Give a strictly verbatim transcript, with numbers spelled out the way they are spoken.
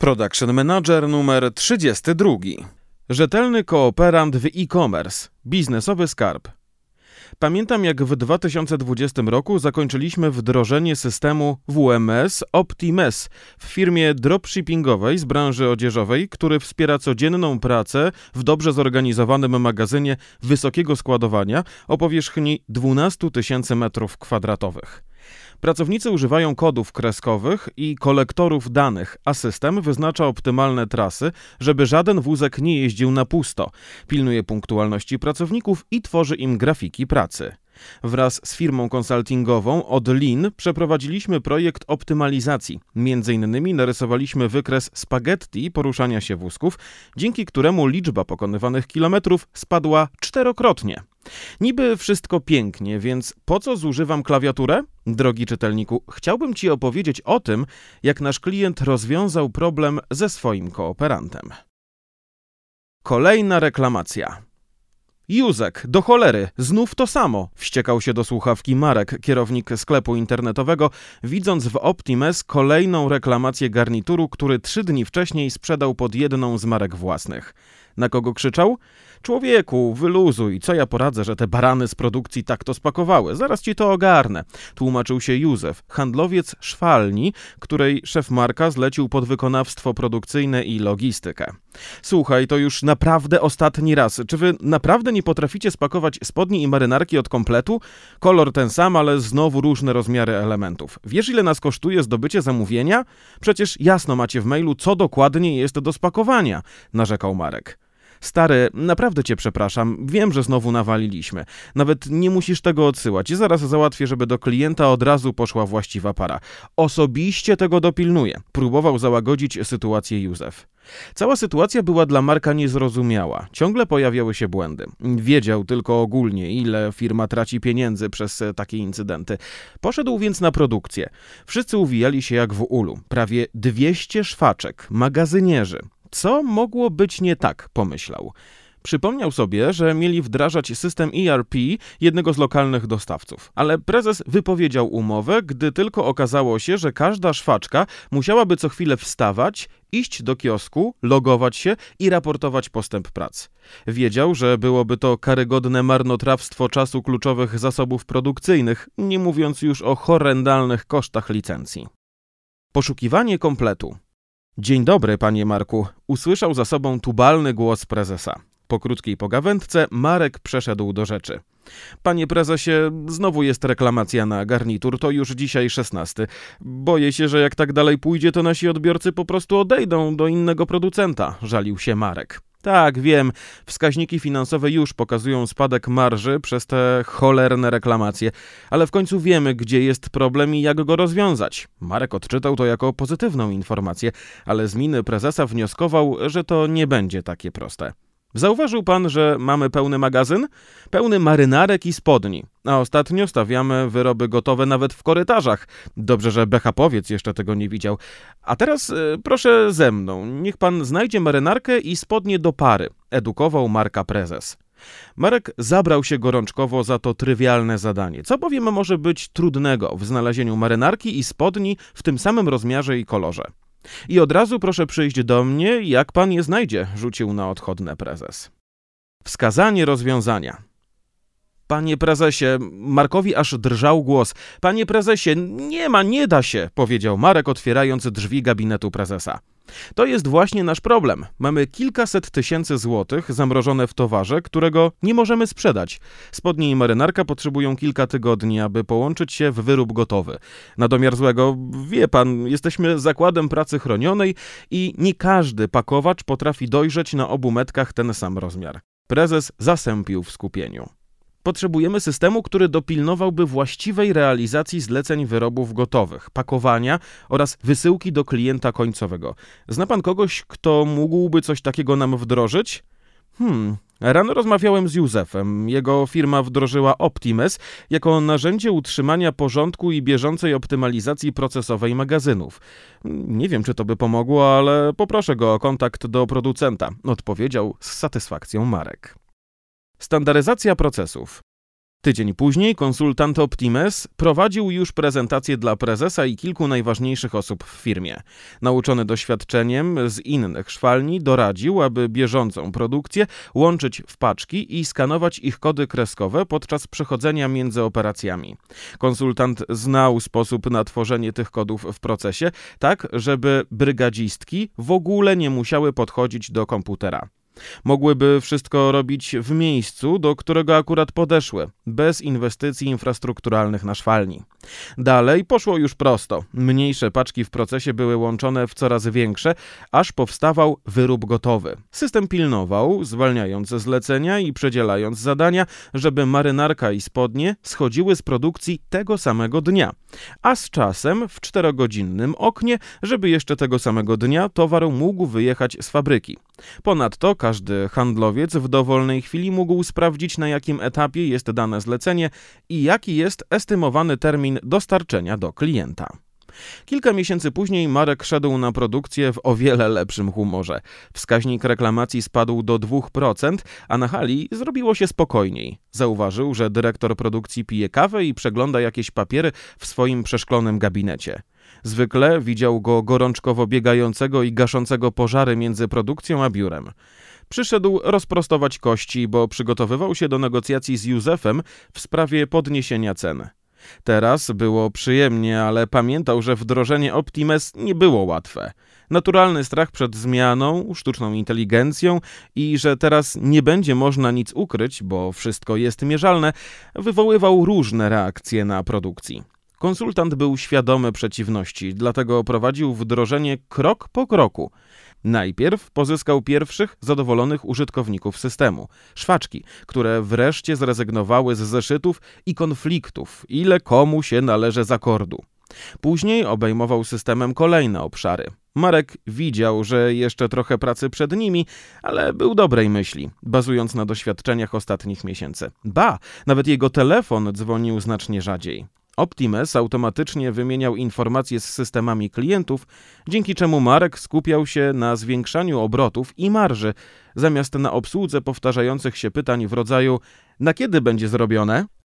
Production Manager numer trzydziesty drugi. Rzetelny kooperant w e-commerce. Biznesowy skarb. Pamiętam, jak w dwa tysiące dwudziestym roku zakończyliśmy wdrożenie systemu W M S OptiMess w firmie dropshippingowej z branży odzieżowej, który wspiera codzienną pracę w dobrze zorganizowanym magazynie wysokiego składowania o powierzchni dwanaście tysięcy metrów kwadratowych. Pracownicy używają kodów kreskowych i kolektorów danych, a system wyznacza optymalne trasy, żeby żaden wózek nie jeździł na pusto, pilnuje punktualności pracowników i tworzy im grafiki pracy. Wraz z firmą konsultingową od Lean przeprowadziliśmy projekt optymalizacji. Między innymi narysowaliśmy wykres spaghetti poruszania się wózków, dzięki któremu liczba pokonywanych kilometrów spadła czterokrotnie. Niby wszystko pięknie, więc po co zużywam klawiaturę? Drogi czytelniku, chciałbym Ci opowiedzieć o tym, jak nasz klient rozwiązał problem ze swoim kooperantem. Kolejna reklamacja. Józek, do cholery, znów to samo, wściekał się do słuchawki Marek, kierownik sklepu internetowego, widząc w OptiMess kolejną reklamację garnituru, który trzy dni wcześniej sprzedał pod jedną z marek własnych. Na kogo krzyczał? Człowieku, wyluzuj, co ja poradzę, że te barany z produkcji tak to spakowały, zaraz ci to ogarnę, tłumaczył się Józef, handlowiec szwalni, której szef Marka zlecił podwykonawstwo produkcyjne i logistykę. Słuchaj, to już naprawdę ostatni raz, czy wy naprawdę nie potraficie spakować spodni i marynarki od kompletu? Kolor ten sam, ale znowu różne rozmiary elementów. Wiesz, ile nas kosztuje zdobycie zamówienia? Przecież jasno macie w mailu, co dokładnie jest do spakowania, narzekał Marek. Stary, naprawdę cię przepraszam, wiem, że znowu nawaliliśmy. Nawet nie musisz tego odsyłać. Zaraz załatwię, żeby do klienta od razu poszła właściwa para. Osobiście tego dopilnuję. Próbował załagodzić sytuację Józef. Cała sytuacja była dla Marka niezrozumiała. Ciągle pojawiały się błędy. Wiedział tylko ogólnie, ile firma traci pieniędzy przez takie incydenty. Poszedł więc na produkcję. Wszyscy uwijali się jak w ulu. Prawie dwieście szwaczek, magazynierzy. Co mogło być nie tak, pomyślał. Przypomniał sobie, że mieli wdrażać system E R P jednego z lokalnych dostawców, ale prezes wypowiedział umowę, gdy tylko okazało się, że każda szwaczka musiałaby co chwilę wstawać, iść do kiosku, logować się i raportować postęp prac. Wiedział, że byłoby to karygodne marnotrawstwo czasu kluczowych zasobów produkcyjnych, nie mówiąc już o horrendalnych kosztach licencji. Poszukiwanie kompletu. Dzień dobry, panie Marku, usłyszał za sobą tubalny głos prezesa. Po krótkiej pogawędce Marek przeszedł do rzeczy. Panie prezesie, znowu jest reklamacja na garnitur, to już dzisiaj szesnasty. Boję się, że jak tak dalej pójdzie, to nasi odbiorcy po prostu odejdą do innego producenta, żalił się Marek. Tak, wiem, wskaźniki finansowe już pokazują spadek marży przez te cholerne reklamacje, ale w końcu wiemy, gdzie jest problem i jak go rozwiązać. Marek odczytał to jako pozytywną informację, ale z miny prezesa wnioskował, że to nie będzie takie proste. Zauważył pan, że mamy pełny magazyn? Pełny marynarek i spodni, a ostatnio stawiamy wyroby gotowe nawet w korytarzach. Dobrze, że bechapowiec jeszcze tego nie widział. A teraz y, proszę ze mną, niech pan znajdzie marynarkę i spodnie do pary, edukował Marka prezes. Marek zabrał się gorączkowo za to trywialne zadanie. Co bowiem może być trudnego w znalezieniu marynarki i spodni w tym samym rozmiarze i kolorze? I od razu proszę przyjść do mnie, jak pan je znajdzie, rzucił na odchodne prezes. Wskazanie rozwiązania. Panie prezesie, Markowi aż drżał głos. Panie prezesie, nie ma, nie da się, powiedział Marek, otwierając drzwi gabinetu prezesa. To jest właśnie nasz problem. Mamy kilkaset tysięcy złotych zamrożone w towarze, którego nie możemy sprzedać. Spodnie i marynarka potrzebują kilka tygodni, aby połączyć się w wyrób gotowy. Na domiar złego, wie pan, jesteśmy zakładem pracy chronionej i nie każdy pakowacz potrafi dojrzeć na obu metkach ten sam rozmiar. Prezes zasępił w skupieniu. Potrzebujemy systemu, który dopilnowałby właściwej realizacji zleceń wyrobów gotowych, pakowania oraz wysyłki do klienta końcowego. Zna pan kogoś, kto mógłby coś takiego nam wdrożyć? Hmm, rano rozmawiałem z Józefem. Jego firma wdrożyła OptiMess jako narzędzie utrzymania porządku i bieżącej optymalizacji procesowej magazynów. Nie wiem, czy to by pomogło, ale poproszę go o kontakt do producenta, odpowiedział z satysfakcją Marek. Standaryzacja procesów. Tydzień później konsultant Optimes prowadził już prezentację dla prezesa i kilku najważniejszych osób w firmie. Nauczony doświadczeniem z innych szwalni doradził, aby bieżącą produkcję łączyć w paczki i skanować ich kody kreskowe podczas przechodzenia między operacjami. Konsultant znał sposób na tworzenie tych kodów w procesie, tak żeby brygadzistki w ogóle nie musiały podchodzić do komputera. Mogłyby wszystko robić w miejscu, do którego akurat podeszły, bez inwestycji infrastrukturalnych na szwalni. Dalej poszło już prosto. Mniejsze paczki w procesie były łączone w coraz większe, aż powstawał wyrób gotowy. System pilnował, zwalniając zlecenia i przedzielając zadania, żeby marynarka i spodnie schodziły z produkcji tego samego dnia, a z czasem w czterogodzinnym oknie, żeby jeszcze tego samego dnia towar mógł wyjechać z fabryki. Ponadto każdy handlowiec w dowolnej chwili mógł sprawdzić, na jakim etapie jest dane zlecenie i jaki jest estymowany termin dostarczenia do klienta. Kilka miesięcy później Marek szedł na produkcję w o wiele lepszym humorze. Wskaźnik reklamacji spadł do dwóch procent, a na hali zrobiło się spokojniej. Zauważył, że dyrektor produkcji pije kawę i przegląda jakieś papiery w swoim przeszklonym gabinecie. Zwykle widział go gorączkowo biegającego i gaszącego pożary między produkcją a biurem. Przyszedł rozprostować kości, bo przygotowywał się do negocjacji z Józefem w sprawie podniesienia cen. Teraz było przyjemnie, ale pamiętał, że wdrożenie Optimes nie było łatwe. Naturalny strach przed zmianą, sztuczną inteligencją i że teraz nie będzie można nic ukryć, bo wszystko jest mierzalne, wywoływał różne reakcje na produkcji. Konsultant był świadomy przeciwności, dlatego prowadził wdrożenie krok po kroku. Najpierw pozyskał pierwszych zadowolonych użytkowników systemu, szwaczki, które wreszcie zrezygnowały z zeszytów i konfliktów, ile komu się należy z akordu. Później obejmował systemem kolejne obszary. Marek widział, że jeszcze trochę pracy przed nimi, ale był dobrej myśli, bazując na doświadczeniach ostatnich miesięcy. Ba, nawet jego telefon dzwonił znacznie rzadziej. Optimes automatycznie wymieniał informacje z systemami klientów, dzięki czemu Marek skupiał się na zwiększaniu obrotów i marży, zamiast na obsłudze powtarzających się pytań w rodzaju: na kiedy będzie zrobione?